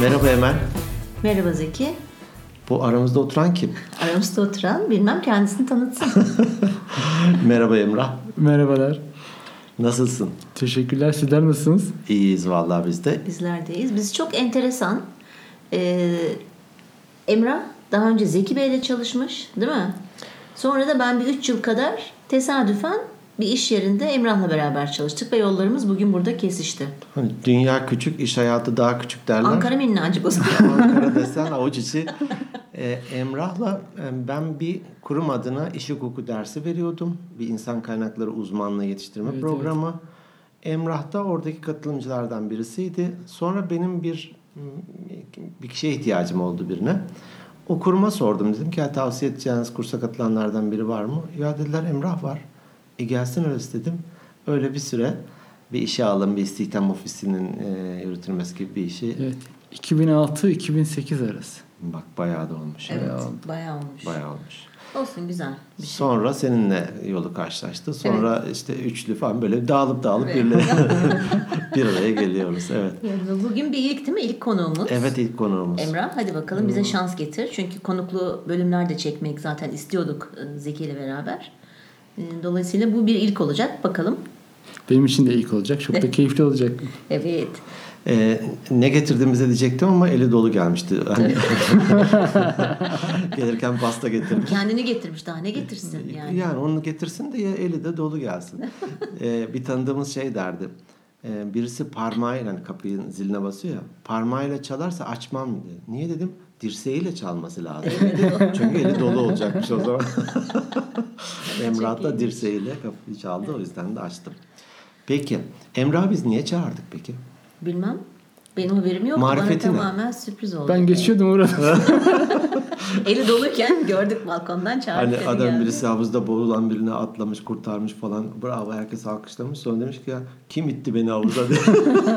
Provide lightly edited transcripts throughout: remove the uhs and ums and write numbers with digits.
Merhaba Emel. Merhaba Zeki. Bu aramızda oturan kim? Aramızda oturan bilmem, kendisini tanıtsın. Merhaba Emrah. Merhabalar. Nasılsın? Teşekkürler. Sizler nasılsınız? İyiyiz vallahi biz de. Bizler deyiz. Biz çok enteresan. Emrah daha önce Zeki Bey'le çalışmış, değil mi? Sonra da ben bir 3 yıl kadar tesadüfen bir iş yerinde Emrah'la beraber çalıştık ve yollarımız bugün burada kesişti. Hani dünya küçük, iş hayatı daha küçük derler. Ankara minnacık o zaman. Ankara desen avuç içi. Emrah'la ben bir kurum adına iş hukuku dersi veriyordum. Bir insan kaynakları uzmanlığı yetiştirme programı. Evet. Emrah da oradaki katılımcılardan birisiydi. Sonra benim bir şeye ihtiyacım oldu birine. O kuruma sordum. Dedim ki tavsiye edeceğiniz kursa katılanlardan biri var mı? Ya dediler Emrah var. Gelsin öyle dedim. Öyle bir süre bir işe alım, bir istihdam ofisinin yürütülmesi gibi bir işi. Evet. 2006-2008 arası. Bak bayağı da olmuş. Evet, bayağı olmuş. Bayağı olmuş. Olsun, güzel bir şey. Sonra seninle yolu karşılaştı. Sonra işte üçlü falan böyle dağılıp Evet. bir araya geliyoruz. Evet. Bugün bir ilk, değil mi? İlk konuğumuz. Evet, ilk konuğumuz. Emrah, hadi bakalım bize şans getir. Çünkü konuklu bölümler de çekmek zaten istiyorduk Zeki ile beraber. Dolayısıyla bu bir ilk olacak. Bakalım. Benim için de ilk olacak. Çok da keyifli olacak. Evet. Ne getirdiğimize diyecektim ama eli dolu gelmişti. Hani gelirken pasta getirmiş. Kendini getirmiş, daha ne getirsin yani. Yani onu getirsin de eli de dolu gelsin. Bir tanıdığımız şey derdi. Birisi parmağıyla, hani kapının ziline basıyor ya, parmağıyla çalarsa açmam diye. Niye dedim? Dirseğiyle çalması lazım. Çünkü eli dolu olacakmış o zaman. Emrah da dirseğiyle kapıyı çaldı, o yüzden de açtım. Peki Emrah biz niye çağırdık peki? Bilmem. Benim haberim yok. Marifeti bana mi? tamamen sürpriz oldu. Ben geçiyordum orada. Eli doluyken gördük balkondan, çağırdık. Hani adam birisi havuzda boğulan birine atlamış, kurtarmış falan. Bravo, herkes alkışlamış. Sonra demiş ki ya kim itti beni havuza diye.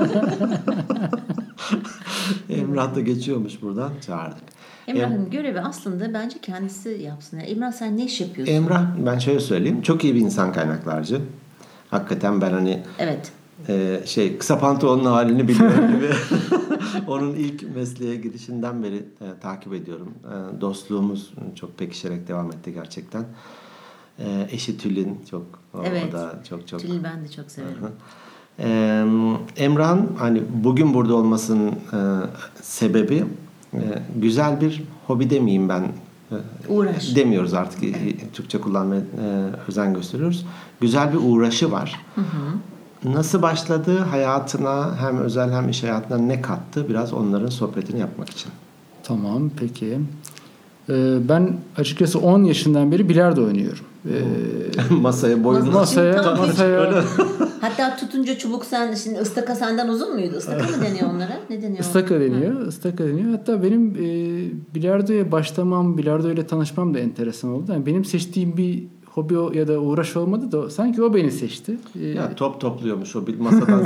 Emrah da geçiyormuş buradan, çağırdık. Emrah'ın görevi aslında bence kendisi yapsın. Yani Emrah, sen ne iş yapıyorsun? Emrah, ben şöyle söyleyeyim. Çok iyi bir insan kaynaklarcı. Hakikaten ben hani evet. Kısa pantolonun halini biliyorum gibi. Onun ilk mesleğe girişinden beri takip ediyorum. Dostluğumuz çok pekişerek devam etti gerçekten. Eşi Tülin çok, evet. O da çok. Tülin ben de çok severim. Emrah'ın hani bugün burada olmasının sebebi güzel bir hobi demeyeyim ben. Uğraş. Demiyoruz artık. Türkçe kullanmaya özen gösteriyoruz. Güzel bir uğraşı var. Hı hı. Nasıl başladı hayatına, hem özel hem iş hayatına ne kattı? Biraz onların sohbetini yapmak için. Tamam, peki. Ben açıkçası 10 yaşından beri bilardo oynuyorum. Masaya boyun. Masaya. Hatta tutunca çubuk şimdi ıstaka senden uzun muydu? Istaka mı deniyor onlara? Ne deniyor? Istaka deniyor. Istaka deniyor. Hatta benim bilardoya başlamam, bilardo ile tanışmam da enteresan oldu. Yani benim seçtiğim bir hobi ya da uğraş olmadı da sanki o beni seçti. Ya top topluyormuş o bir masadan.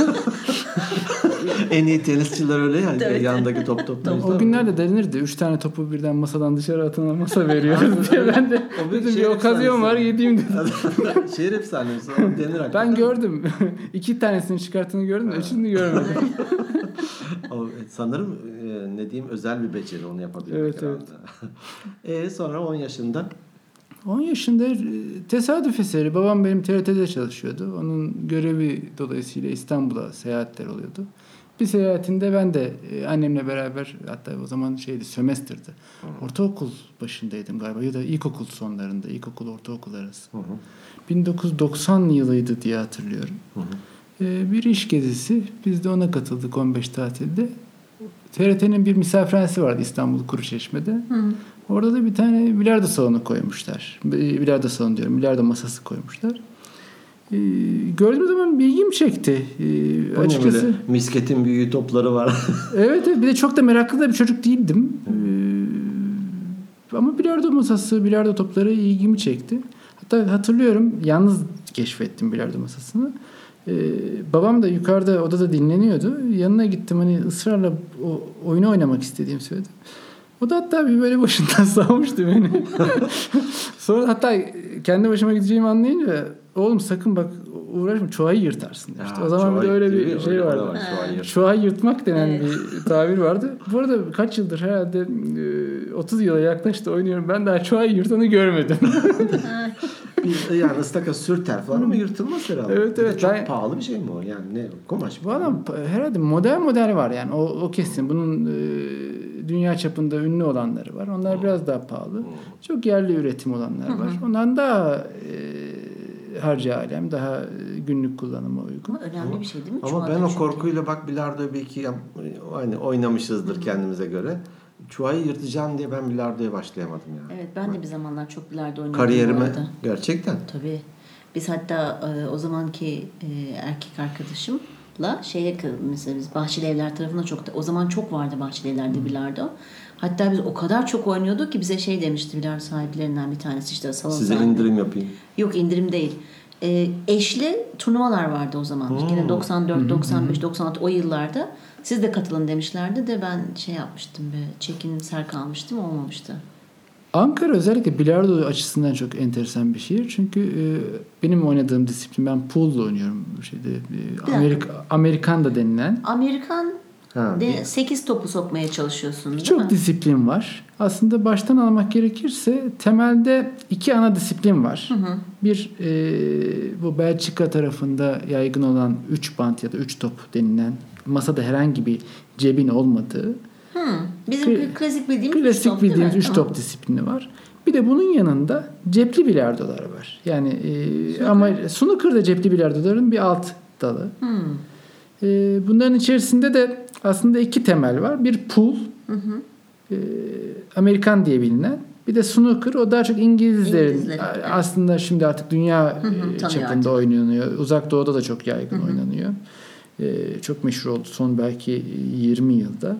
En iyi tenisçiler öyle ya. Evet. Yanındaki top topluyor. O günlerde denirdi. 3 tane topu birden masadan dışarı atana masa veriyoruz diye. Ben de bir okazyon var, yediğim dedim. Şehir efsanesi. O denir hakikaten. Ben gördüm. 2 tanesini çıkarttığını gördüm de 3'ünü görmedim. Sanırım ne diyeyim, özel bir beceri onu yapabilmek. Evet, evet. Sonra 10 yaşında 10 yaşında tesadüf eseri. Babam benim TRT'de çalışıyordu. Onun görevi dolayısıyla İstanbul'a seyahatler oluyordu. Bir seyahatinde ben de annemle beraber, hatta o zaman sömestrdi. Ortaokul başındaydım galiba ya da ilkokul sonlarında. İlkokul, ortaokul arası. 1990 yılıydı diye hatırlıyorum. Bir iş gezisi. Biz de ona katıldık 15 tatilde. TRT'nin bir misafirhanesi vardı İstanbul Kuruçeşme'de. Orada da bir tane bilardo salonu koymuşlar. Bilardo masası koymuşlar. Gördüğüm zaman ilgimi çekti. Açıkçası. Misketin büyüğü topları var. Evet. Bir de çok da meraklı da bir çocuk değildim. Ama bilardo masası, bilardo topları ilgimi çekti. Hatta hatırlıyorum, yalnız keşfettim bilardo masasını. Babam da yukarıda odada dinleniyordu. Yanına gittim, hani ısrarla o oyunu oynamak istediğimi söyledim. O da hatta bir böyle başından savmuştu beni. Sonra hatta kendi başıma gideceğimi anlayınca, oğlum sakın bak uğraşma çuvayı yırtarsın demişti. O zaman bir de öyle bir şey vardı. Çuvayı yırtmak denen bir tabir vardı. Bu arada kaç yıldır herhalde 30 yıla yaklaştı oynuyorum. Ben daha çuvayı yırtanı görmedim. Yani ıstaka sürter falan ama yırtılmaz herhalde. Evet. Çok pahalı bir şey mi o? Yani ne? Kumaş. Bu adam herhalde model var yani. O kesin. Bunun dünya çapında ünlü olanları var. Onlar biraz daha pahalı. Çok yerli üretim olanlar var. Ondan daha harcı alem, daha günlük kullanıma uygun. Ama önemli bir şey değil mi? Ama ben o korkuyla bak bilardo belki hani oynamışızdır kendimize göre. Çuvayı yırtacağım diye ben bilardoya başlayamadım yani. Evet, ben de bir zamanlar çok bilardo oynuyordum. Kariyerime gerçekten. Tabii. Biz hatta o zamanki erkek arkadaşımla mesela biz Bahçeli Evler tarafına o zaman çok vardı Bahçeli Evler'de bilardo. Hatta biz o kadar çok oynuyorduk ki bize demişti bilardo sahiplerinden bir tanesi işte salon size sahibi. indirim yapayım. Yok, indirim değil. Eşli turnuvalar vardı o zaman. Yine 94, 95, 96 o yıllarda. Siz de katılın demişlerdi de ben yapmıştım çekinimser kalmıştım, olmamıştı. Ankara özellikle bilardo açısından çok enteresan bir şehir. Çünkü benim oynadığım disiplin, ben pool'la oynuyorum. Amerikan da denilen. Amerikan 8 topu sokmaya çalışıyorsun değil mi? Çok disiplin var. Aslında baştan almak gerekirse temelde 2 ana disiplin var. Bir bu Belçika tarafında yaygın olan 3 bant ya da 3 top denilen, masada herhangi bir cebin olmadığı. Bizim klasik bildiğimiz 3 top disiplini var. Bir de bunun yanında cepli bilardolar var. Yani ama snooker'da cepli bilardoların bir alt dalı. Bunların içerisinde de aslında 2 temel var. Bir pool, Amerikan diye bilinen. Bir de snooker, o daha çok İngilizlerin. Aslında şimdi artık dünya çapında oynanıyor. Uzak Doğu'da da çok yaygın oynanıyor. Çok meşhur oldu son belki 20 yılda.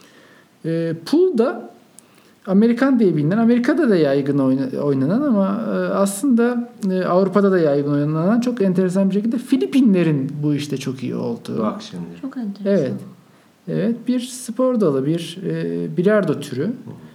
Pool da Amerikan diye bilinen, Amerika'da da yaygın oynanan ama aslında Avrupa'da da yaygın oynanan çok enteresan bir şekilde Filipinlerin bu işte çok iyi olduğu. Bak şimdi. Çok enteresan. Evet, bir spor dalı, bir bilardo türü.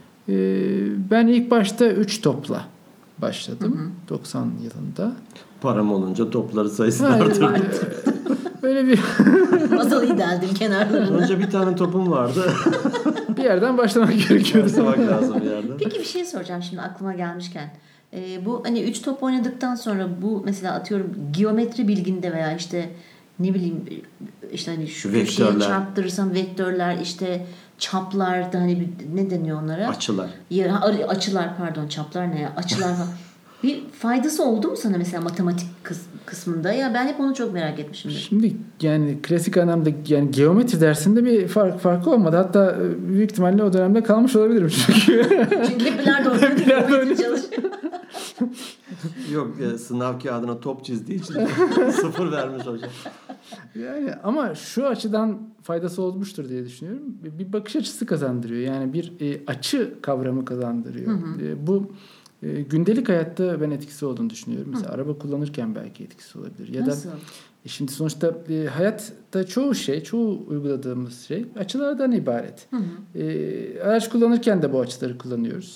Ben ilk başta 3 topla başladım 90 yılında. Param olunca topları sayısını artırdım. Böyle bir Masayı deldim kenarlarına. Önce bir tane topum vardı. bir yerden başlamak gerekiyordu. Başlamak lazım bir yerden. Peki bir şey soracağım şimdi aklıma gelmişken. Bu hani 3 top oynadıktan sonra bu mesela atıyorum geometri bilginde veya işte ne bileyim işte hani şu köşeye çarptırırsam vektörler, işte çaplarda hani ne deniyor onlara? Açılar. Açılar pardon, çaplar ne ya? Açılar falan. Bir faydası oldu mu sana mesela matematik kısmında? Ya ben hep onu çok merak etmişimdir. Şimdi yani klasik anlamda yani geometri dersinde bir farkı olmadı. Hatta büyük ihtimalle o dönemde kalmış olabilirim çünkü. Çünkü hep bilardo çalışıyor. Yok sınav kağıdına top çizdiği için 0 vermiş hocam. Yani ama şu açıdan faydası olmuştur diye düşünüyorum. Bir bakış açısı kazandırıyor. Yani bir açı kavramı kazandırıyor. Bu gündelik hayatta ben etkisi olduğunu düşünüyorum. Mesela araba kullanırken belki etkisi olabilir. Ya Nasıl? da şimdi sonuçta hayatta çoğu uyguladığımız şey açılardan ibaret. Araç kullanırken de bu açıları kullanıyoruz.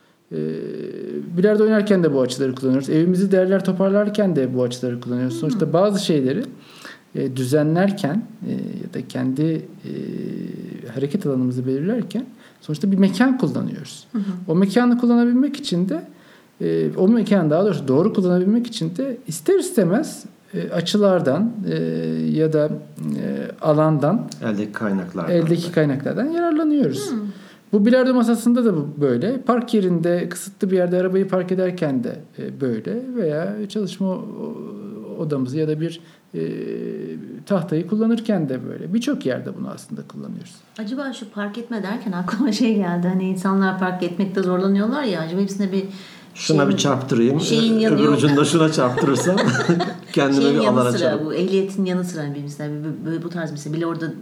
Bilardo oynarken de bu açıları kullanıyoruz. Evimizi derler toparlarken de bu açıları kullanıyoruz. Sonuçta bazı şeyleri düzenlerken ya da kendi hareket alanımızı belirlerken sonuçta bir mekan kullanıyoruz. O mekanı kullanabilmek için de o mekanı daha doğrusu doğru kullanabilmek için de ister istemez açılardan ya da alandan eldeki kaynaklardan yararlanıyoruz. Bu bilardo masasında da böyle. Park yerinde kısıtlı bir yerde arabayı park ederken de böyle veya çalışma odamızı ya da bir tahtayı kullanırken de böyle. Birçok yerde bunu aslında kullanıyoruz. Acaba şu park etme derken aklıma geldi. Hani insanlar park etmekte zorlanıyorlar ya. Acaba hepsine bir şuna bir çarptırayım. Öbür ucunda şuna çarptırırsam kendime bir alan açarım. Bu ehliyetin yanı sıra mesela bu tarz mesela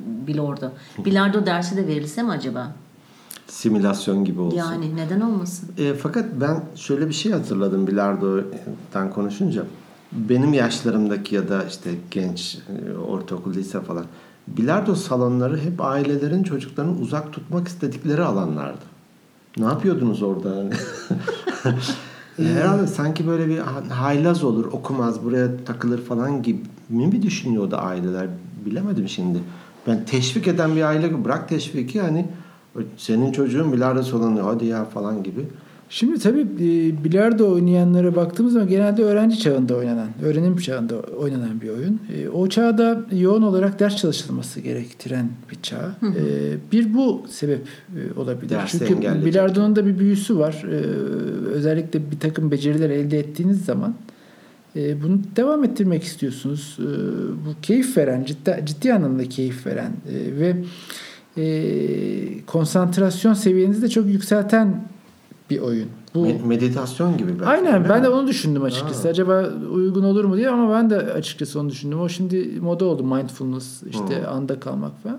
bilardo dersi de verilse mi acaba? Simülasyon gibi olsun. Yani neden olmasın? Fakat ben şöyle bir şey hatırladım bilardodan konuşunca. Benim yaşlarımdaki ya da işte genç, ortaokul, lise falan bilardo salonları hep ailelerin çocuklarını uzak tutmak istedikleri alanlardı. Ne yapıyordunuz orada? Herhalde sanki böyle bir haylaz olur, okumaz, buraya takılır falan gibi mi düşünüyordu aileler? Bilemedim şimdi. Ben teşvik eden bir aile, bırak teşviki, hani senin çocuğun bilardo salonu hadi ya falan gibi. Şimdi tabii bilardo oynayanlara baktığımız zaman genelde öğrenci çağında oynanan, öğrenim çağında oynanan bir oyun. O çağda yoğun olarak ders çalışılması gerektiren bir çağ. Bir bu sebep olabilir. Dersi çünkü bilardonun da bir büyüsü var. Özellikle bir takım beceriler elde ettiğiniz zaman bunu devam ettirmek istiyorsunuz. Bu keyif veren, ciddi anlamda keyif veren ve konsantrasyon seviyenizi de çok yükselten bir oyun. Bu meditasyon gibi belki. Aynen, ben de onu düşündüm açıkçası. Acaba uygun olur mu diye, ama ben de açıkçası onu düşündüm. O şimdi moda oldu, mindfulness, işte anda kalmak falan.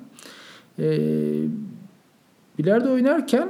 Bilardo oynarken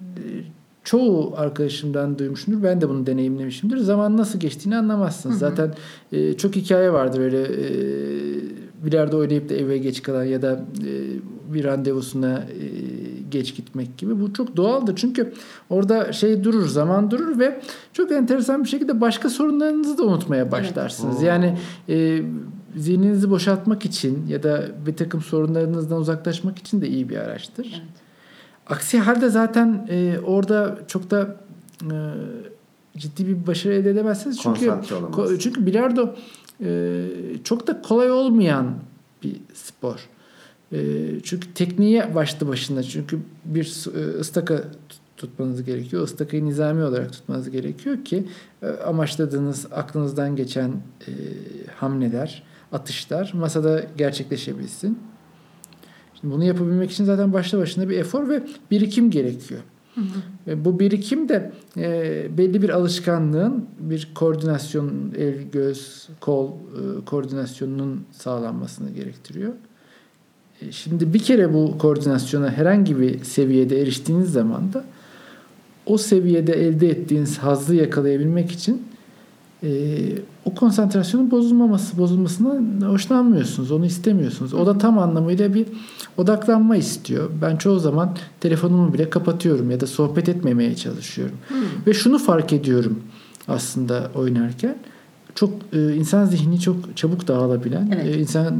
çoğu arkadaşımdan duymuşumdur. Ben de bunu deneyimlemişimdir. Zaman nasıl geçtiğini anlamazsınız. Zaten çok hikaye vardır öyle bilardo oynayıp da eve geç kalan ya da bir randevusuna geç gitmek gibi. Bu çok doğaldır. Çünkü orada durur, zaman durur ve çok enteresan bir şekilde başka sorunlarınızı da unutmaya başlarsınız. Evet. Yani zihninizi boşaltmak için ya da bir takım sorunlarınızdan uzaklaşmak için de iyi bir araçtır. Evet. Aksi halde zaten orada çok da ciddi bir başarı elde edemezsiniz. Çünkü bilardo çok da kolay olmayan bir spor. Çünkü tekniğe başlı başına, çünkü bir ıstaka tutmanız gerekiyor. Istakayı nizami olarak tutmanız gerekiyor ki amaçladığınız, aklınızdan geçen hamleler, atışlar masada gerçekleşebilsin. Şimdi bunu yapabilmek için zaten başlı başına bir efor ve birikim gerekiyor. Bu birikim de belli bir alışkanlığın, bir koordinasyon, el, göz, kol koordinasyonunun sağlanmasını gerektiriyor. Şimdi bir kere bu koordinasyona herhangi bir seviyede eriştiğiniz zaman da o seviyede elde ettiğiniz hazzı yakalayabilmek için o konsantrasyonun bozulmasından hoşlanmıyorsunuz. Onu istemiyorsunuz. O da tam anlamıyla bir odaklanma istiyor. Ben çoğu zaman telefonumu bile kapatıyorum ya da sohbet etmemeye çalışıyorum. Ve şunu fark ediyorum aslında oynarken. Çok insan zihni çok çabuk dağılabilen, evet. İnsan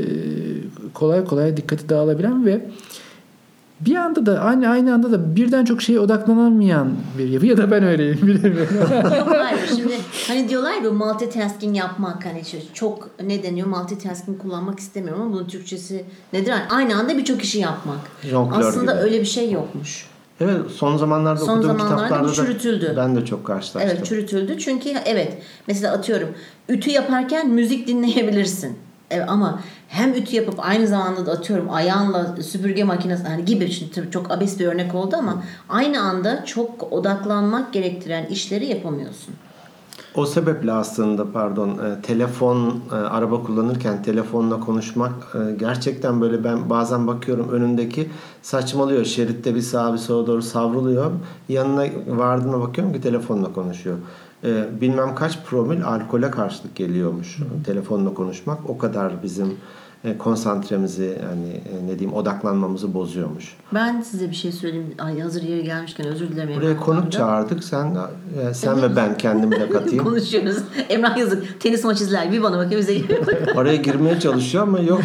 kolay kolay dikkati dağılabilen ve bir anda da aynı anda da birden çok şeye odaklanamayan bir yapı, ya da ben öyleyim, bilemiyorum. Yok hayır, şimdi hani diyorlar ya multitasking yapmak, hani çok ne deniyor, multitasking kullanmak istemiyorum ama bunun Türkçesi nedir? Aynı anda birçok işi yapmak. Jonglör aslında gibi. Öyle bir şey yokmuş. Evet, son zamanlarda okuduğum kitaplarda bu çürütüldü. Da ben de çok karşılaştım. Evet, çürütüldü çünkü mesela atıyorum ütü yaparken müzik dinleyebilirsin. Evet, ama hem ütü yapıp aynı zamanda da atıyorum ayağınla süpürge makinesi hani gibi, şimdi tabii çok abes bir örnek oldu ama aynı anda çok odaklanmak gerektiren işleri yapamıyorsun. O sebeple aslında telefon, araba kullanırken telefonla konuşmak gerçekten böyle, ben bazen bakıyorum önündeki saçmalıyor. Şeritte bir sağa bir sola doğru savruluyor. Yanına vardığına bakıyorum ki telefonla konuşuyor. Bilmem kaç promil alkole karşılık geliyormuş telefonla konuşmak. O kadar bizim konsantremizi, odaklanmamızı bozuyormuş. Ben size bir şey söyleyeyim. Hazır yeri gelmişken özür dilerim. Buraya konuk çağırdık. Sen ve ben kendimi de katayım. Konuşuyoruz. Emrah yazık. Tenis maçı izler. Bir bana bakıyor, bize geliyor. Oraya girmeye çalışıyor ama yok.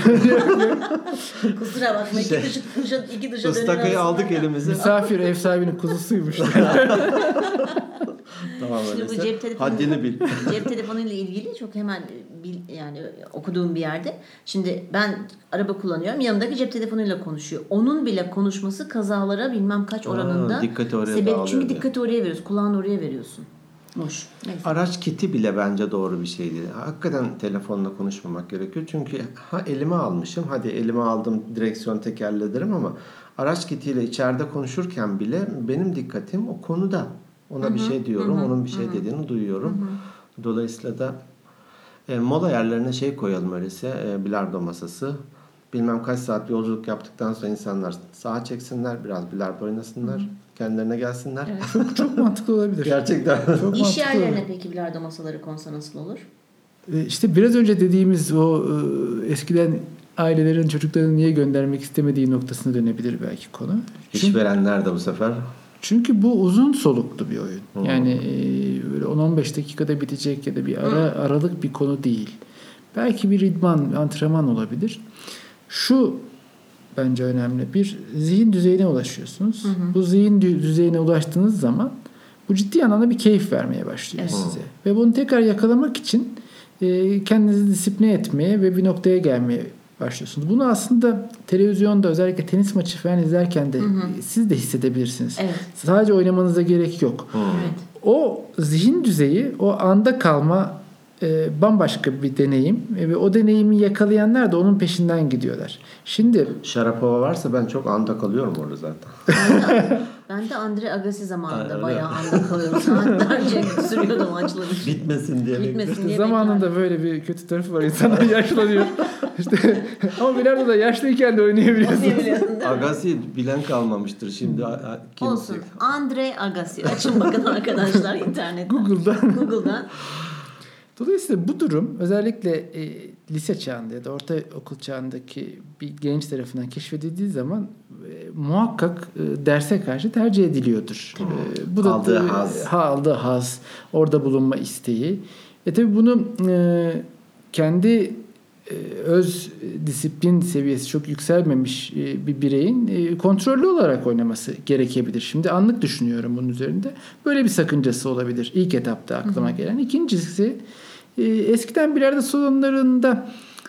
Kusura bakma. İki dışa Istakayı aldık elimize. Misafir ev sahibinin kuzusuymuş. Tamam, şimdi bu cep telefonu, haddini bil. Cep telefonuyla ilgili çok hemen okuduğum bir yerde. Şimdi ben araba kullanıyorum. Yanımdaki cep telefonuyla konuşuyor. Onun bile konuşması kazalara bilmem kaç oranında sebep. Çünkü dikkati oraya veriyorsun. Kulağını oraya veriyorsun. Hoş. Neyse. Araç kiti bile bence doğru bir şey değil. Hakikaten telefonla konuşmamak gerekiyor. Çünkü elime almışım. Hadi elime aldım, direksiyon tekerlerim ama araç kitiyle içeride konuşurken bile benim dikkatim o konuda. Ona bir şey diyorum, onun bir şey dediğini duyuyorum. Dolayısıyla da mola yerlerine koyalım öyleyse, bilardo masası. Bilmem kaç saat yolculuk yaptıktan sonra insanlar sağa çeksinler, biraz bilardo oynasınlar, kendilerine gelsinler. Evet. Çok mantıklı olabilir. Gerçekten. Çok İş yerlerine peki bilardo masaları konsa nasıl olur? İşte biraz önce dediğimiz o eskiden ailelerin çocuklarını niye göndermek istemediği noktasına dönebilir belki konu. İşverenler de bu sefer Çünkü bu uzun soluklu bir oyun. Yani böyle 10-15 dakikada bitecek ya da bir aralık bir konu değil. Belki bir idman, antrenman olabilir. Şu bence önemli. Bir zihin düzeyine ulaşıyorsunuz. Bu zihin düzeyine ulaştığınız zaman bu ciddi anlamda bir keyif vermeye başlıyor size. Ve bunu tekrar yakalamak için kendinizi disipline etmeye ve bir noktaya gelmeye başlıyorsunuz. Bunu aslında televizyonda özellikle tenis maçı falan izlerken de siz de hissedebilirsiniz. Evet. Sadece oynamanıza gerek yok. Evet. O zihin düzeyi, o anda kalma bambaşka bir deneyim ve o deneyimi yakalayanlar da onun peşinden gidiyorlar. Şimdi Sharapova varsa ben çok anda kalıyorum orada zaten. Ben de Andre Agassi zamanında bayağı anda kalıyorum. Saatlerce sürüyordu maçları. Bitmesin diye. Zamanında böyle bir kötü tarafı var. İnsanlar yaşlanıyor. İşte, ama bilardo da yaşlıyken de oynayabiliyorsunuz. Agassi bilen kalmamıştır şimdi. Olsun. Andre Agassi. Açın bakın arkadaşlar internetten. Google'dan. Dolayısıyla bu durum özellikle lise çağında ya da ortaokul çağındaki bir genç tarafından keşfedildiği zaman muhakkak derse karşı tercih ediliyordur. Bu da aldığı haz, orada bulunma isteği. Tabii bunu kendi öz disiplin seviyesi çok yükselmemiş bir bireyin kontrollü olarak oynaması gerekebilir. Şimdi anlık düşünüyorum bunun üzerinde. Böyle bir sakıncası olabilir ilk etapta aklıma gelen. İkincisi eskiden bilardo salonlarında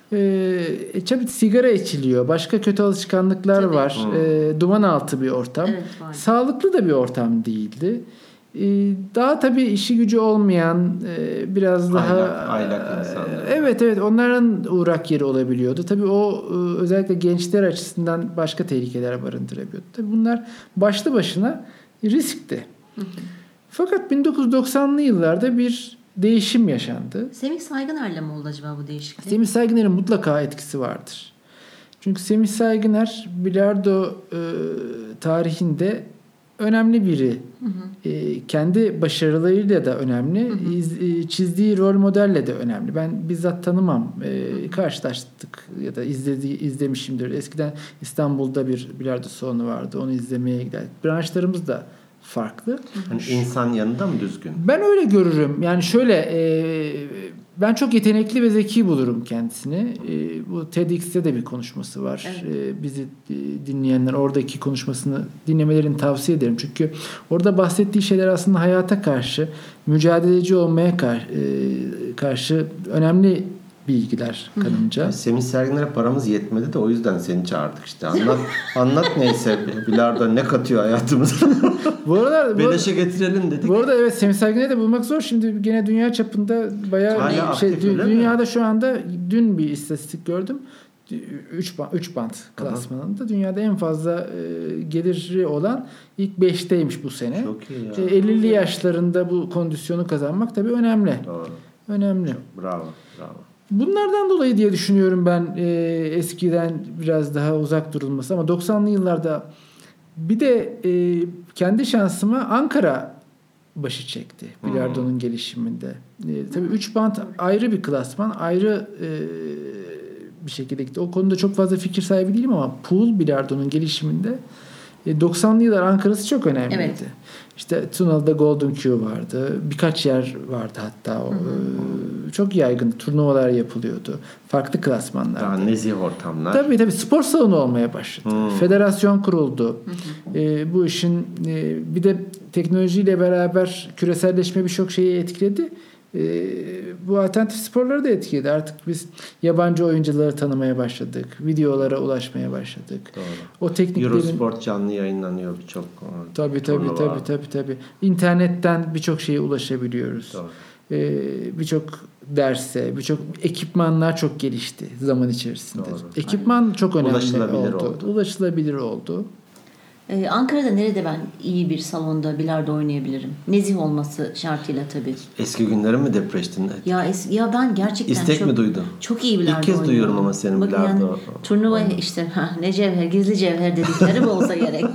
sigara içiliyor. Başka kötü alışkanlıklar var. Duman altı bir ortam. Evet, sağlıklı da bir ortam değildi. Daha tabii işi gücü olmayan biraz daha aylak insanlar. Evet onların uğrak yeri olabiliyordu. Tabii o özellikle gençler açısından başka tehlikeler barındırabiliyordu. Tabii bunlar başlı başına riskti. Fakat 1990'lı yıllarda bir değişim yaşandı. Semih Saygıner'le mi oldu acaba bu değişiklik? Semih Saygıner'in mutlaka etkisi vardır. Çünkü Semih Saygıner bilardo tarihinde önemli biri. Kendi başarılarıyla da önemli. Çizdiği rol modelle de önemli. Ben bizzat tanımam. Karşılaştık ya da izlemişimdir. Eskiden İstanbul'da bir bilardo salonu vardı. Onu izlemeye giderdik. Branşlarımız da farklı. Hani insan yanında mı düzgün? Ben öyle görürüm. Yani şöyle ben çok yetenekli ve zeki bulurum kendisini. Bu TEDx'te de bir konuşması var. Evet. Bizi dinleyenler oradaki konuşmasını dinlemelerini tavsiye ederim. Çünkü orada bahsettiği şeyler aslında hayata karşı, mücadeleci olmaya karşı önemli bilgiler kanımca. Semih Saygıner'e paramız yetmedi de o yüzden seni çağırdık işte. Anlat neyse. Bilardo ne katıyor hayatımıza. Beleşe getirelim dedik. Bu arada evet Semih Saygıner'i de bulmak zor. Şimdi gene dünya çapında bayağı dünyada şu anda dün bir istatistik gördüm. 3 band klasmanında dünyada en fazla geliri olan ilk 5'teymiş bu sene. Çok iyi ya. 50'li yaşlarında bu kondisyonu kazanmak tabii önemli. Doğru. Önemli. Bravo. Bunlardan dolayı diye düşünüyorum ben eskiden biraz daha uzak durulması ama 90'lı yıllarda bir de kendi şansıma Ankara başı çekti bilardonun gelişiminde. Tabii 3 band ayrı bir klasman, ayrı bir şekilde gitti. O konuda çok fazla fikir sahibi değilim ama pool bilardonun gelişiminde 90'lı yıllar Ankara'sı çok önemliydi. Evet. İşte Tunalı'da Golden Q vardı. Birkaç yer vardı hatta. Çok yaygın turnuvalar yapılıyordu. Farklı klasmanlarda. Daha nezih ortamlar. Tabii spor salonu olmaya başladı. Federasyon kuruldu. Bu işin bir de teknolojiyle beraber küreselleşme birçok şeyi etkiledi. Bu alternatif sporları da etkiledi. Artık biz yabancı oyuncuları tanımaya başladık. Videolara ulaşmaya başladık. Doğru. O tekniklerin Eurosport canlı yayınlanıyor birçok. Tabii. İnternetten birçok şeye ulaşabiliyoruz. Birçok derse, birçok ekipmanlar çok gelişti zaman içerisinde. Doğru. Ekipman çok önemli Ulaşılabilir oldu. Ankara'da nerede ben iyi bir salonda bilardo oynayabilirim? Nezih olması şartıyla tabii. Eski günlerin mi depreştin? Ya ben gerçekten İstek mi duydun? Çok iyi bilardo oynuyorum. İlk kez duyuyorum ama senin bilardo. Yani, turnuva işte ne cevher, gizli cevher dedikleri mi olsa gerek.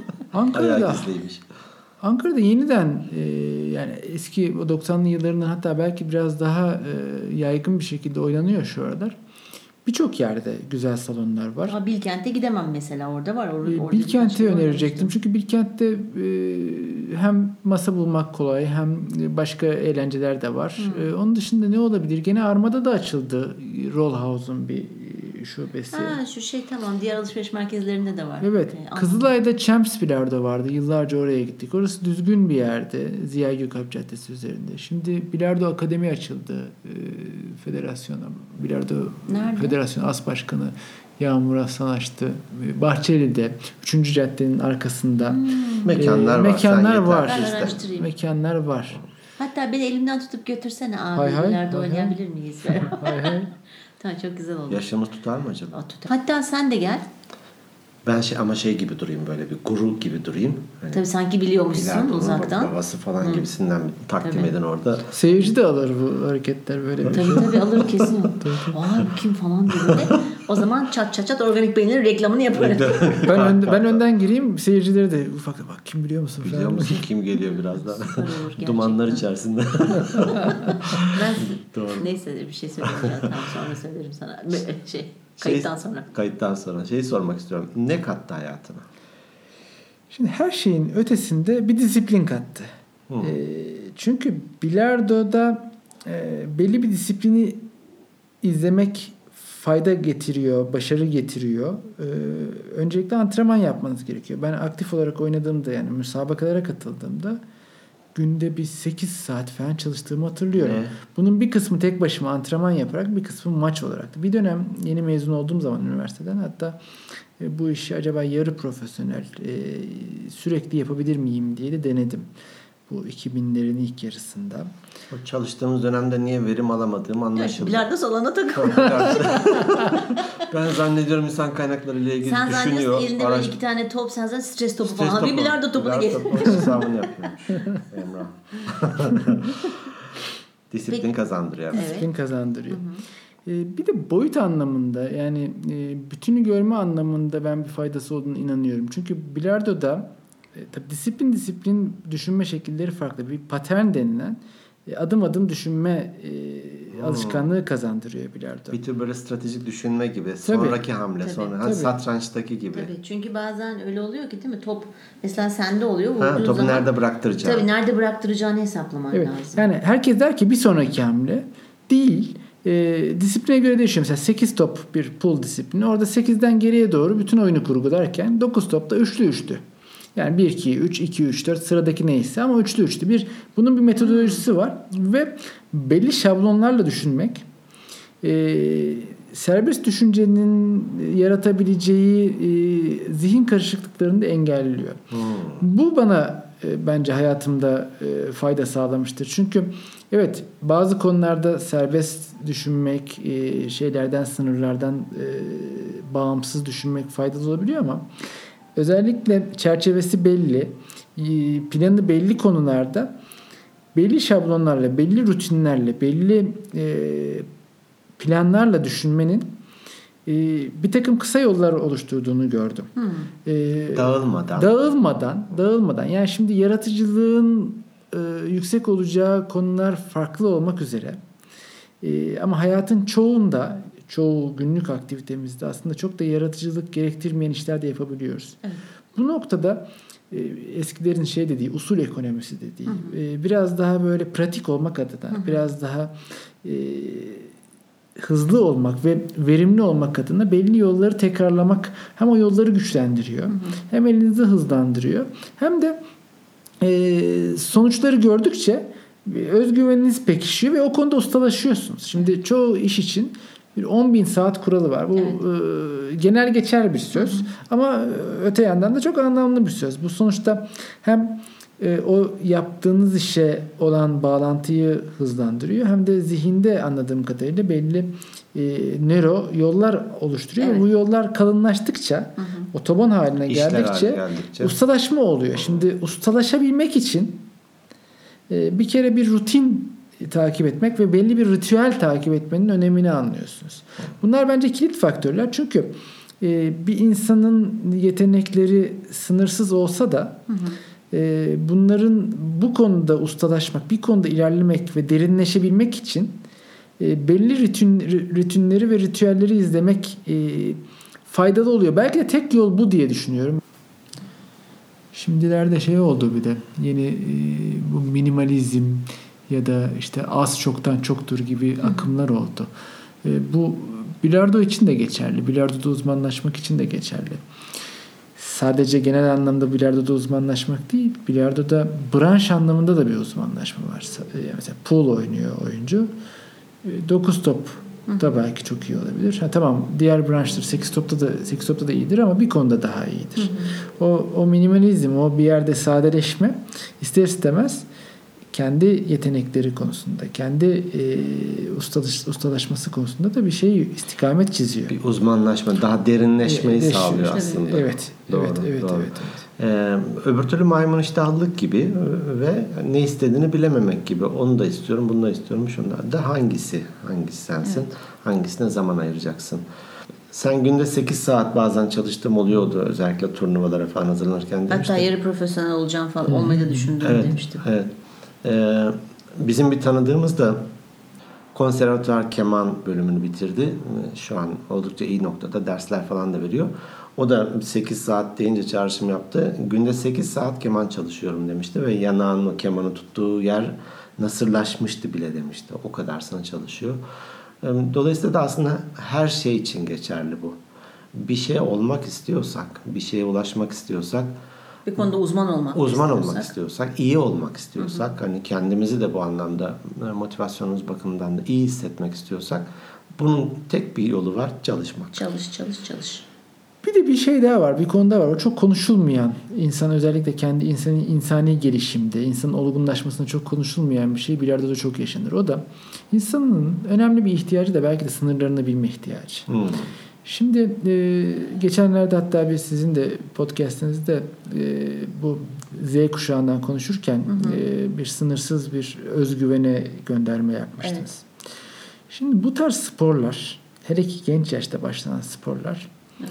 Ankara'da yeniden yani eski o 90'lı yıllarından hatta belki biraz daha yaygın bir şekilde oynanıyor şu aralar. Birçok yerde güzel salonlar var. Ama Bilkent'e gidemem mesela. Orada var. Bilkent'i önerecektim. Çünkü Bilkent'te hem masa bulmak kolay hem başka eğlenceler de var. Onun dışında ne olabilir? Gene Arma'da da açıldı Rollhouse'un bir şubesi. Şu tamam. Diğer alışveriş merkezlerinde de var. Evet. Kızılay'da Champs Bilardo vardı. Yıllarca oraya gittik. Orası düzgün bir yerdi. Ziya Gökalp Caddesi üzerinde. Şimdi Bilardo Akademi açıldı. Federasyona. Bilardo Federasyon As Başkanı Yağmur Aslan açtı. Bahçeli'de 3. caddenin arkasında mekanlar var. Mekanlar var. Hatta beni elimden tutup götürsene abi. Bilardo oynayabilir miyiz? Hay. Tamam, çok güzel olur. Yaşımız tutar mı acaba? Tutar. Hatta sen de gel. Ben şey gibi durayım, böyle bir guru gibi durayım. Hani tabii sanki biliyormuşsun uzaktan. Babası falan gibisinden takdim edin orada. Seyirci de alır bu hareketler böyle. Tabii alır kesin. Vay bu kim falan diye. O zaman çat organik beyinlerin reklamını yaparım. ben önden gireyim, seyircileri de ufak bak kim biliyor musun? Biliyor musun kim geliyor birazdan? Dumanlar içerisinde. Neyse bir şey söyleyeceğim. Tamam, sonra söylerim sana. Kayıttan sonra. Şeyi sormak istiyorum. Ne kattı hayatına? Şimdi her şeyin ötesinde bir disiplin kattı. Çünkü bilardoda belli bir disiplini izlemek fayda getiriyor, başarı getiriyor. Öncelikle antrenman yapmanız gerekiyor. Ben aktif olarak oynadığımda, yani müsabakalara katıldığımda günde bir 8 saat falan çalıştığımı hatırlıyorum. Bunun bir kısmı tek başıma antrenman yaparak, bir kısmı maç olaraktı. Bir dönem yeni mezun olduğum zaman üniversiteden, hatta bu işi acaba yarı profesyonel sürekli yapabilir miyim diye de denedim. Bu 2000'lerin ilk yarısında. O çalıştığımız dönemde niye verim alamadığım anlaşıldı. Bilardo salona takıldım. Ben zannediyorum insan kaynakları ile ilgili sen düşünüyor. Sen zannediyorsun elinde böyle 2 tane top, sen zaten stres topu falan. Bir bilardo topunu getir. Hesabını yapıyormuş Emrah. Disiplin kazandırıyor. Evet. Disiplin kazandırıyor. Bir de boyut anlamında, yani bütünü görme anlamında ben bir faydası olduğunu inanıyorum. Çünkü bilardoda tabii disiplin düşünme şekilleri farklı. Bir patern denilen adım adım düşünme alışkanlığı kazandırıyor bilardo. Bir tür böyle stratejik düşünme gibi. Sonraki hamle. Tabii, sonra satrançtaki gibi. Tabii. Çünkü bazen öyle oluyor ki, değil mi? Top mesela sende oluyor. Topu zaman, nerede bıraktıracağını. Tabii nerede bıraktıracağını hesaplaman lazım. Yani herkes der ki bir sonraki hamle değil. Disipline göre değişiyor. Mesela 8 top bir pool disiplini. Orada 8'den geriye doğru bütün oyunu kurgularken 9 topta üçlü. Yani 1-2-3, 2-3-4 sıradaki neyse ama üçlü. Bunun bir metodolojisi var ve belli şablonlarla düşünmek serbest düşüncenin yaratabileceği zihin karışıklıklarını da engelliyor. Bu bana bence hayatımda fayda sağlamıştır. Çünkü evet, bazı konularda serbest düşünmek, şeylerden, sınırlardan bağımsız düşünmek faydalı olabiliyor ama özellikle çerçevesi belli, planı belli konularda belli şablonlarla, belli rutinlerle, belli planlarla düşünmenin bir takım kısa yollar oluşturduğunu gördüm. Dağılmadan. Yani şimdi yaratıcılığın yüksek olacağı konular farklı olmak üzere. Ama hayatın çoğu günlük aktivitemizde aslında çok da yaratıcılık gerektirmeyen işler de yapabiliyoruz. Evet. Bu noktada eskilerin dediği, usul ekonomisi dediği, biraz daha böyle pratik olmak adına, biraz daha hızlı olmak ve verimli olmak adına belli yolları tekrarlamak hem o yolları güçlendiriyor, hem elinizi hızlandırıyor, hem de sonuçları gördükçe özgüveniniz pekişiyor ve o konuda ustalaşıyorsunuz. Şimdi çoğu iş için bir 10.000 saat kuralı var. Bu genel geçer bir söz. Ama öte yandan da çok anlamlı bir söz. Bu sonuçta hem o yaptığınız işe olan bağlantıyı hızlandırıyor, hem de zihinde anladığım kadarıyla belli nöro yollar oluşturuyor. Evet. Bu yollar kalınlaştıkça, otoban haline geldikçe ustalaşma oluyor. Şimdi ustalaşabilmek için bir kere bir rutin takip etmek ve belli bir ritüel takip etmenin önemini anlıyorsunuz. Bunlar bence kilit faktörler. Çünkü bir insanın yetenekleri sınırsız olsa da bunların bu konuda ustalaşmak, bir konuda ilerlemek ve derinleşebilmek için belli rutinleri ve ritüelleri izlemek faydalı oluyor. Belki de tek yol bu diye düşünüyorum. Şimdilerde şey oldu bir de yeni bu minimalizm ya da işte az çoktan çoktur gibi akımlar oldu. Bu bilardo için de geçerli. Bilardoda uzmanlaşmak için de geçerli. Sadece genel anlamda bilardoda uzmanlaşmak değil, bilardoda branş anlamında da bir uzmanlaşma var. Mesela pool oynuyor oyuncu. 9 top da belki çok iyi olabilir. Tamam, diğer branşlar 8 topta da iyidir ama bir konuda daha iyidir. O minimalizm, o bir yerde sadeleşme ister istemez kendi yetenekleri konusunda, kendi ustalaşması konusunda da bir şey istikamet çiziyor. Bir uzmanlaşma, daha derinleşmeyi sağlıyor aslında. Evet. Doğru. Öbür türlü maymun iştahlılık gibi ve ne istediğini bilememek gibi. Onu da istiyorum, bunu da istiyorum, şunlar da hangisi sensin, hangisine zaman ayıracaksın. Sen günde 8 saat bazen çalıştığım oluyordu, özellikle turnuvalara falan hazırlanırken demiştim. Hatta yarı profesyonel olacağım falan olmayı da düşündüm demiştim. Evet. Bizim bir tanıdığımız da konservatuvar keman bölümünü bitirdi. Şu an oldukça iyi noktada, dersler falan da veriyor. O da 8 saat deyince çağrışım yaptı. Günde 8 saat keman çalışıyorum demişti ve yanağını, kemanı tuttuğu yer nasırlaşmıştı bile demişti. O kadarsına çalışıyor. Dolayısıyla da aslında her şey için geçerli bu. Bir şey olmak istiyorsak, bir şeye ulaşmak istiyorsak, bir konuda uzman olmak istiyorsak, iyi olmak istiyorsak, hani kendimizi de bu anlamda motivasyonumuz bakımından da iyi hissetmek istiyorsak, bunun tek bir yolu var: çalışmak. Çalış. Bir de bir şey daha var, bir konu daha var. O çok konuşulmayan, insan özellikle kendi insani gelişimde, insanın olgunlaşmasında çok konuşulmayan bir şey. Bilardoda çok yaşanır. O da insanın önemli bir ihtiyacı da belki de sınırlarını bilme ihtiyacı. Şimdi geçenlerde hatta sizin de podcast'inizde bu Z kuşağından konuşurken bir sınırsız bir özgüvene gönderme yapmıştınız. Evet. Şimdi bu tarz sporlar, hele ki genç yaşta başlanan sporlar,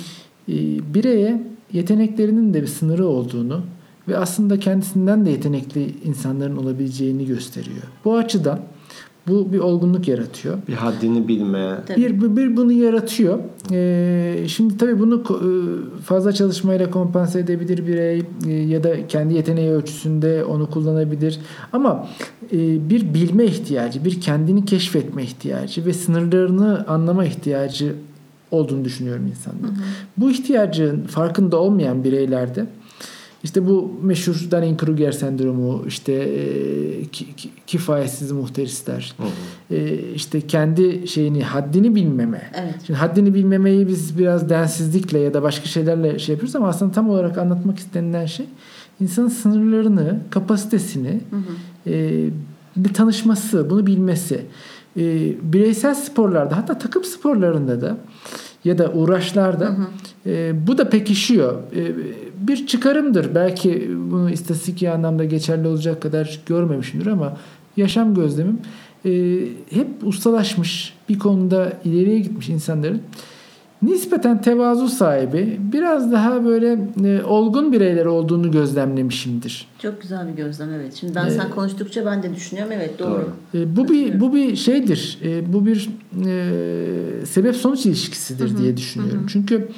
bireye yeteneklerinin de bir sınırı olduğunu ve aslında kendisinden de yetenekli insanların olabileceğini gösteriyor. Bu açıdan bu bir olgunluk yaratıyor. Bir haddini bilme. Bir bunu yaratıyor. Şimdi tabii bunu fazla çalışmayla kompanse edebilir birey ya da kendi yeteneği ölçüsünde onu kullanabilir. Ama bir bilme ihtiyacı, bir kendini keşfetme ihtiyacı ve sınırlarını anlama ihtiyacı olduğunu düşünüyorum insanların. Bu ihtiyacın farkında olmayan bireylerde İşte bu meşhur Dunning-Kruger sendromu, işte kifayetsiz muhterisler, işte kendi haddini bilmeme. Evet. Şimdi haddini bilmemeyi biz biraz densizlikle ya da başka şeylerle şey yapıyoruz ama aslında tam olarak anlatmak istenilen şey insanın sınırlarını, kapasitesini tanışması, bunu bilmesi. Bireysel sporlarda, hatta takım sporlarında da ya da uğraşlarda bu da pekişiyor. Bir çıkarımdır. Belki bunu istatistiki anlamda geçerli olacak kadar görmemişimdir ama yaşam gözlemim hep ustalaşmış, bir konuda ileriye gitmiş insanların nispeten tevazu sahibi, biraz daha böyle olgun bireyler olduğunu gözlemlemişimdir. Çok güzel bir gözlem, evet. Şimdi sen konuştukça ben de düşünüyorum. Evet, doğru. Bu bir şeydir. Bu bir sebep sonuç ilişkisidir diye düşünüyorum. Çünkü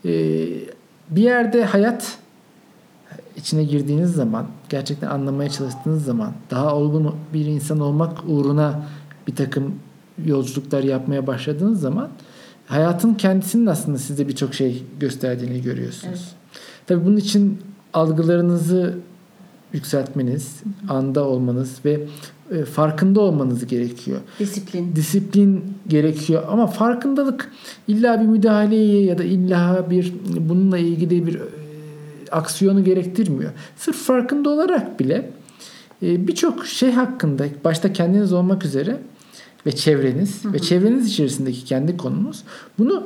bir yerde hayat içine girdiğiniz zaman, gerçekten anlamaya çalıştığınız zaman, daha olgun bir insan olmak uğruna bir takım yolculuklar yapmaya başladığınız zaman hayatın kendisinin aslında size birçok şey gösterdiğini görüyorsunuz. Evet. Tabii bunun için algılarınızı yükseltmeniz, anda olmanız ve farkında olmanız gerekiyor. Disiplin gerekiyor ama farkındalık illa bir müdahaleyi ya da illa bir bununla ilgili bir aksiyonu gerektirmiyor. Sırf farkında olarak bile birçok şey hakkında, başta kendiniz olmak üzere ve çevreniz ve çevreniz içerisindeki kendi konunuz, bunu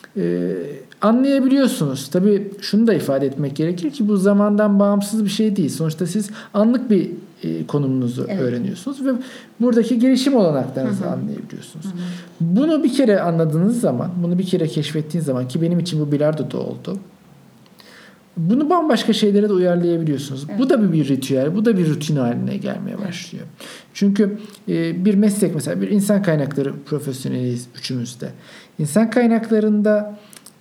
anlayabiliyorsunuz. Tabii şunu da ifade etmek gerekir ki bu zamandan bağımsız bir şey değil. Sonuçta siz anlık bir konumunuzu öğreniyorsunuz ve buradaki gelişim olanaklarınızı anlayabiliyorsunuz. Bunu bir kere anladığınız zaman, bunu bir kere keşfettiğiniz zaman, ki benim için bu bilardoda oldu. bunu bambaşka şeylere de uyarlayabiliyorsunuz. Evet. Bu da bir ritüel, bu da bir rutin haline gelmeye başlıyor. Evet. Çünkü bir meslek, mesela bir insan kaynakları profesyoneliyiz üçümüz de. İnsan kaynaklarında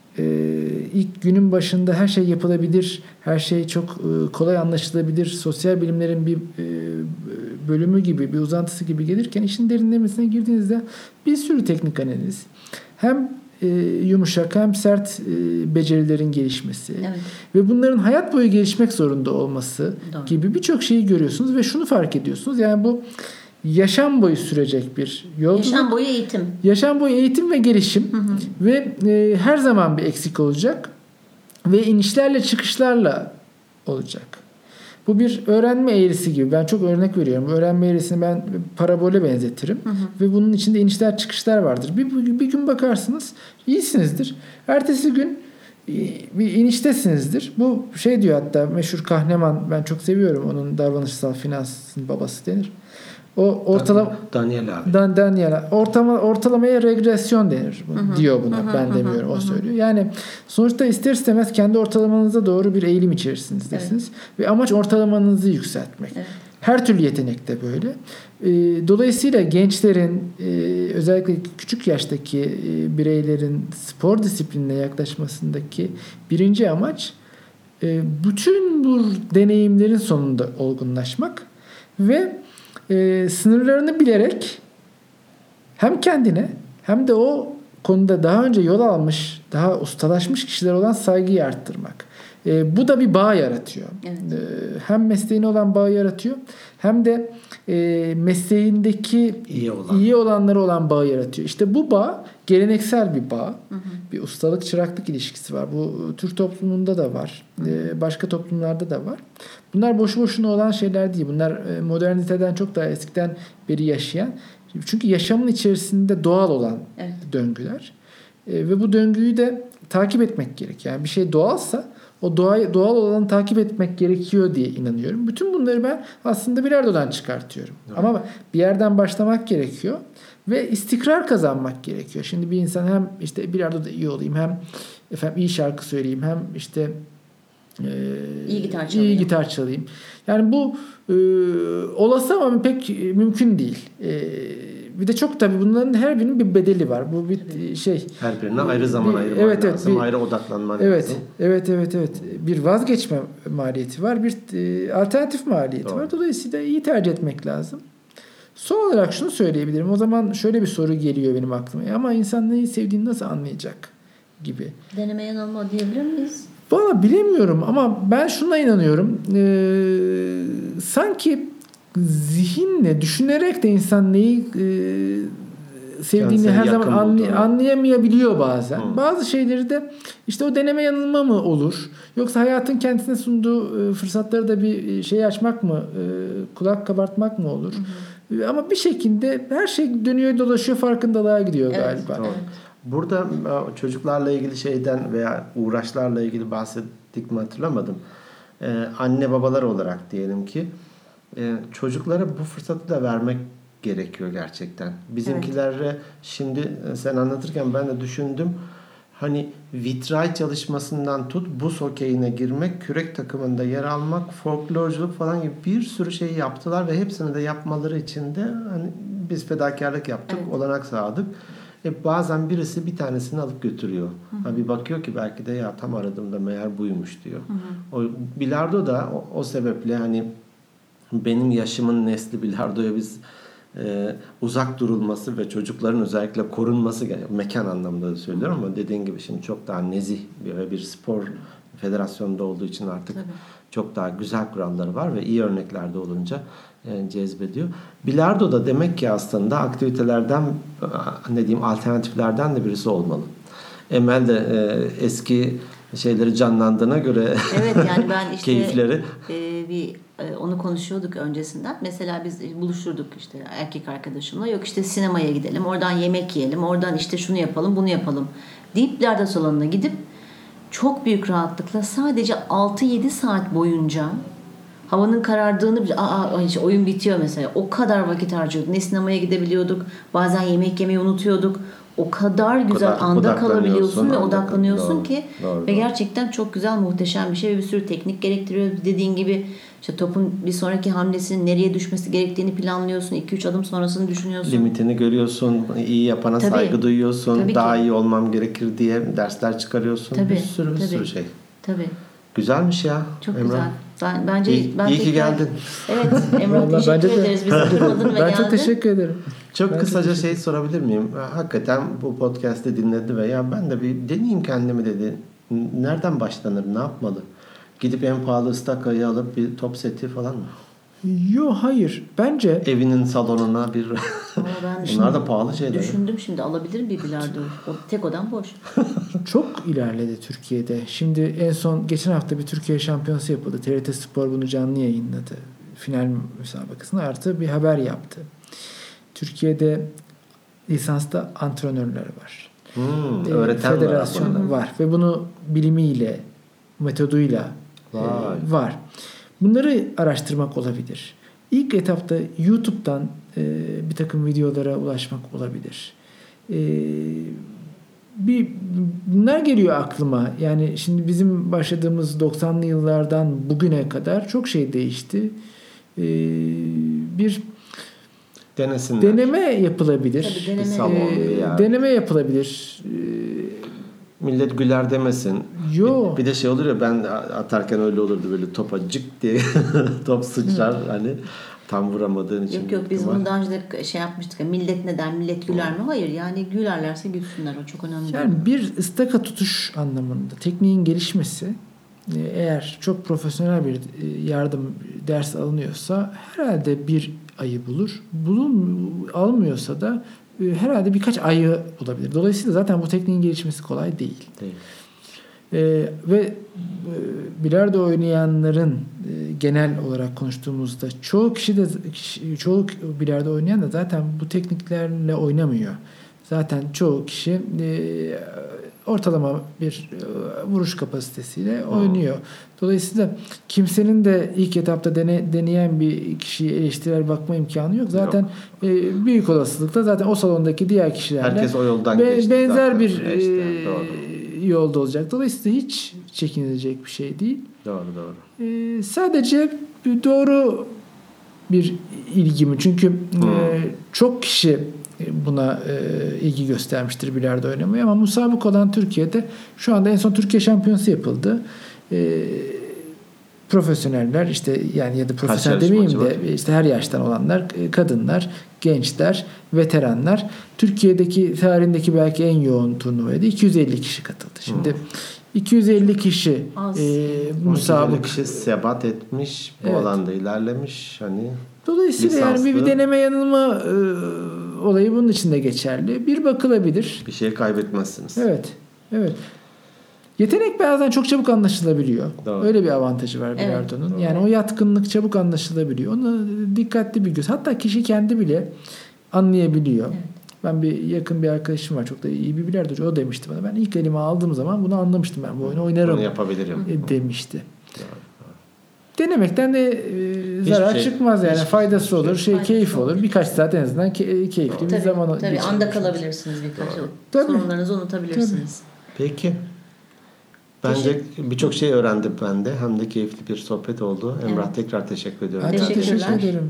ilk günün başında her şey yapılabilir, her şey çok kolay anlaşılabilir, sosyal bilimlerin bir bölümü gibi, bir uzantısı gibi gelirken işin derinlemesine girdiğinizde bir sürü teknik analiz, hem yumuşak hem sert becerilerin gelişmesi, evet, ve bunların hayat boyu gelişmek zorunda olması, doğru, gibi birçok şeyi görüyorsunuz ve şunu fark ediyorsunuz. Yani bu yaşam boyu sürecek bir yolculuk. Yaşam boyu eğitim. Yaşam boyu eğitim ve gelişim. Hı hı. Ve her zaman bir eksik olacak. Ve inişlerle çıkışlarla olacak. Bu bir öğrenme eğrisi gibi. Ben çok örnek veriyorum. Öğrenme eğrisini ben parabole benzetirim. Hı hı. Ve bunun içinde inişler çıkışlar vardır. Bir gün bakarsınız iyisinizdir. Ertesi gün bir iniştesinizdir. Bu şey diyor hatta meşhur Kahneman, ben çok seviyorum. Onun davranışsal finansın babası denir. O ortalama Daniel abi. Daniel ortalamaya regresyon denir. Hı-hı. Diyor buna. Hı-hı. Ben demiyorum. Hı-hı. O söylüyor. Yani sonuçta ister istemez kendi ortalamanıza doğru bir eğilim içerisindesiniz. Evet. Ve amaç ortalamanızı yükseltmek. Evet. Her türlü yetenekte böyle. Dolayısıyla gençlerin, özellikle küçük yaştaki bireylerin spor disiplinine yaklaşmasındaki birinci amaç bütün bu deneyimlerin sonunda olgunlaşmak ve sınırlarını bilerek hem kendine hem de o konuda daha önce yol almış, daha ustalaşmış kişiler olan saygıyı arttırmak. Bu da bir bağ yaratıyor. Evet. Hem mesleğine olan bağı yaratıyor, hem de mesleğindeki iyi olanları olan bağı yaratıyor. İşte bu bağ geleneksel bir bağ. Hı hı. Bir ustalık çıraklık ilişkisi var. Bu Türk toplumunda da var. Başka toplumlarda da var. Bunlar boşu boşuna olan şeyler değil. Bunlar moderniteden çok daha eskiden beri yaşayan. Çünkü yaşamın içerisinde doğal olan, evet, döngüler. Ve bu döngüyü de takip etmek gerek. Yani bir şey doğalsa o doğal olanı takip etmek gerekiyor diye inanıyorum. Bütün bunları ben aslında bilardodan çıkartıyorum. Evet. Ama bir yerden başlamak gerekiyor ve istikrar kazanmak gerekiyor. Şimdi bir insan hem işte bilardoda iyi olayım, hem iyi şarkı söyleyeyim, hem işte iyi gitar çalayım. Yani bu olası ama pek mümkün değil. Bir de çok tabii bunların her birinin bir bedeli var. Bu bir şey. Her birine ayrı zaman ayırmak lazım. Ayrı odaklanmak lazım. Evet. Bir vazgeçme maliyeti var. Bir alternatif maliyeti, doğru, var. Dolayısıyla iyi tercih etmek lazım. Son olarak şunu söyleyebilirim. O zaman şöyle bir soru geliyor benim aklıma. Ama insan neyi sevdiğini nasıl anlayacak gibi. Deneme yanılma diyebilir miyiz? Valla bilemiyorum ama ben şuna inanıyorum. Sanki zihinle, düşünerek de insan neyi sevdiğini her zaman anlayamayabiliyor bazen. Bazı şeyleri de işte o deneme yanılma mı olur? Yoksa hayatın kendisine sunduğu fırsatları da bir şey açmak mı? Kulak kabartmak mı olur? Hı. Ama bir şekilde her şey dönüyor dolaşıyor, farkındalığa gidiyor, evet, galiba. Doğru. Burada çocuklarla ilgili şeyden veya uğraşlarla ilgili bahsettik mi hatırlamadım. Anne babalar olarak diyelim ki çocuklara bu fırsatı da vermek gerekiyor gerçekten. Bizimkilere, evet, şimdi sen anlatırken ben de düşündüm. Hani vitray çalışmasından tut, buz hokeyine girmek, kürek takımında yer almak, folklorculuk falan gibi bir sürü şey yaptılar ve hepsini de yapmaları için de hani biz fedakarlık yaptık, evet, olanak sağladık. Bazen birisi bir tanesini alıp götürüyor. Bir bakıyor ki belki de ya tam aradığımda meğer buymuş diyor. Hı hı. O bilardo da o sebeple hani benim yaşımın nesli bilardoya biz uzak durulması ve çocukların özellikle korunması gerekiyor. Mekan anlamda da söylüyorum ama dediğin gibi şimdi çok daha nezih bir spor federasyonunda olduğu için artık, tabii, çok daha güzel kuralları var ve iyi örneklerde olunca cezbediyor. Bilardo da demek ki aslında aktivitelerden, ne diyeyim, alternatiflerden de birisi olmalı. Emel de eski şeyleri canlandığına göre, evet, yani ben işte keyifleri onu konuşuyorduk öncesinden. Mesela biz buluşurduk işte erkek arkadaşımla. Yok işte sinemaya gidelim, oradan yemek yiyelim, oradan işte şunu yapalım, bunu yapalım deyip bilardo salonuna gidip çok büyük rahatlıkla sadece 6-7 saat boyunca Havanın karardığını bile oyun bitiyor mesela. O kadar vakit harcıyorduk. Ne sinemaya gidebiliyorduk. Bazen yemek yemeyi unutuyorduk. O kadar güzel anda kalabiliyorsun ve odaklanıyorsun ki ve gerçekten çok güzel, muhteşem bir şey ve bir sürü teknik gerektiriyor. Dediğin gibi işte topun bir sonraki hamlesinin nereye düşmesi gerektiğini planlıyorsun. 2-3 adım sonrasını düşünüyorsun. Limitini görüyorsun. İyi yapana saygı duyuyorsun. Tabii daha iyi olmam gerekir diye dersler çıkarıyorsun. Tabii, bir sürü şey. Tabii. Güzelmiş ya. Çok Emrah. güzel. Bence iyi ki geldin. Evet Emrah, teşekkür ederiz. Bizi kırmadın ve ben geldin. çok teşekkür ederim. Çok kısaca şey sorabilir miyim? Hakikaten bu podcast'ı dinledi ve ya ben de bir deneyeyim kendimi dedi. Nereden başlanır? Ne yapmalı? Gidip en pahalı ıstakayı alıp bir top seti falan mı? Yok, hayır. Bence evinin salonuna bir bunlar da pahalı şeyler. Düşündüm şimdi, alabilirim bir bilardo. O tek odam boş. çok ilerledi Türkiye'de. Şimdi en son geçen hafta bir Türkiye şampiyonası yapıldı. TRT Spor bunu canlı yayınladı. Final müsabakasını artı bir haber yaptı. Türkiye'de lisanslı antrenörler var. Öğreten federasyon var ve bunu bilimiyle, metoduyla var. Bunları araştırmak olabilir. İlk etapta YouTube'dan bir takım videolara ulaşmak olabilir. Bunlar geliyor aklıma. Yani şimdi bizim başladığımız 90'lı yıllardan bugüne kadar çok şey değişti. Bir deneme yapılabilir. Tabii, deneme yapılabilir. Millet güler demesin. Yo. Bir de şey olur ya, ben atarken öyle olurdu, böyle topa cık diye top sıçrar hani tam vuramadığın için. Yok biz bunu daha önce de şey yapmıştık. Millet ne der? Millet güler mi? Hayır, yani gülerlerse gülsünler. O çok önemli. Yani bir ıstaka tutuş anlamında tekniğin gelişmesi, eğer çok profesyonel bir yardım ders alınıyorsa herhalde bir ayı bulur. Almıyorsa da herhalde birkaç ayı bulabilir. Dolayısıyla zaten bu tekniğin gelişmesi kolay değil. Ve bilardo oynayanların genel olarak konuştuğumuzda çoğu bilardo oynayan da zaten bu tekniklerle oynamıyor. Zaten çoğu kişi ortalama bir vuruş kapasitesiyle oynuyor. Dolayısıyla kimsenin de ilk etapta deneyen bir kişiyi eleştirel bakma imkanı yok. Zaten büyük olasılıkla zaten o salondaki diğer kişilerle herkes o yoldan geçti. Benzer bir yolda olacak. Dolayısıyla hiç çekinilecek bir şey değil. Doğru. Sadece doğru bir ilgi mi? Çünkü çok kişi buna ilgi göstermiştir bilardo oynamaya, ama musabık olan Türkiye'de şu anda en son Türkiye şampiyonası yapıldı. Profesyoneller işte, yani ya da profesyonel demeyeyim de işte her yaştan olanlar, kadınlar, gençler, veteranlar. Türkiye'deki tarihindeki belki en yoğun turnuvaydı. 250 kişi katıldı. Şimdi 250 kişi musabık kişi sebat etmiş, bu alanda ilerlemiş hani. Dolayısıyla lisanslı, yani bir deneme yanılma olayı bunun içinde geçerli. Bir bakılabilir. Bir şey kaybetmezsiniz. Evet. Yetenek bazen çok çabuk anlaşılabiliyor. Doğru. Öyle bir avantajı var bilardonun. Evet, yani o yatkınlık çabuk anlaşılabiliyor. Onu dikkatli bir göz. Hatta kişi kendi bile anlayabiliyor. Evet. Ben yakın bir arkadaşım var. Çok da iyi bir bilardocu. O demişti bana. Ben ilk elime aldığım zaman bunu anlamıştım. Ben bu oyunu oynarım. Bunu yapabilirim. Demişti. Doğru. Denemekten de zarar çıkmaz yani. Faydası olur. Keyif olur. Birkaç saat en azından keyifli bir zaman. Tabii anda kalabilirsiniz birkaç yıl. Sorunlarınızı unutabilirsiniz. Peki. Bence birçok şey öğrendim ben de. Hem de keyifli bir sohbet oldu. Emrah, tekrar teşekkür ediyorum. Teşekkür ederim.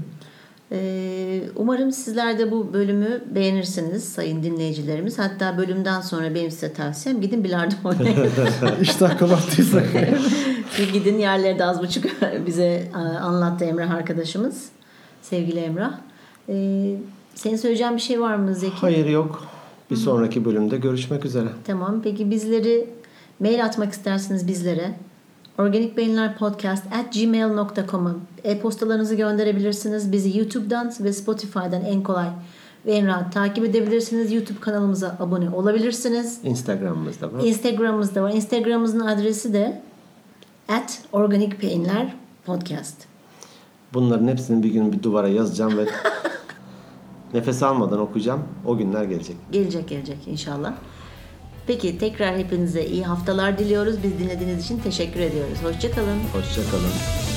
Umarım sizler de bu bölümü beğenirsiniz sayın dinleyicilerimiz. Hatta bölümden sonra benim size tavsiyem, gidin bilardo oynayın. İştah kabarttıysak. Gidin, yerleri de az buçuk bize anlattı Emrah arkadaşımız. Sevgili Emrah. Senin söyleyeceğin bir şey var mı Zeki? Hayır, yok. Bir sonraki bölümde görüşmek üzere. Tamam. Peki bizleri mail atmak isterseniz bizlere organicbeyinlerpodcast@gmail.com'a e-postalarınızı gönderebilirsiniz. Bizi YouTube'dan ve Spotify'dan en kolay ve en rahat takip edebilirsiniz. YouTube kanalımıza abone olabilirsiniz. Instagram'ımızda var. Instagram'ımızın adresi de @organicbeyinlerpodcast. Bunların hepsini bir gün bir duvara yazacağım ve nefes almadan okuyacağım. O günler gelecek. Gelecek inşallah. Peki, tekrar hepinize iyi haftalar diliyoruz. Biz dinlediğiniz için teşekkür ediyoruz. Hoşça kalın. Hoşça kalın.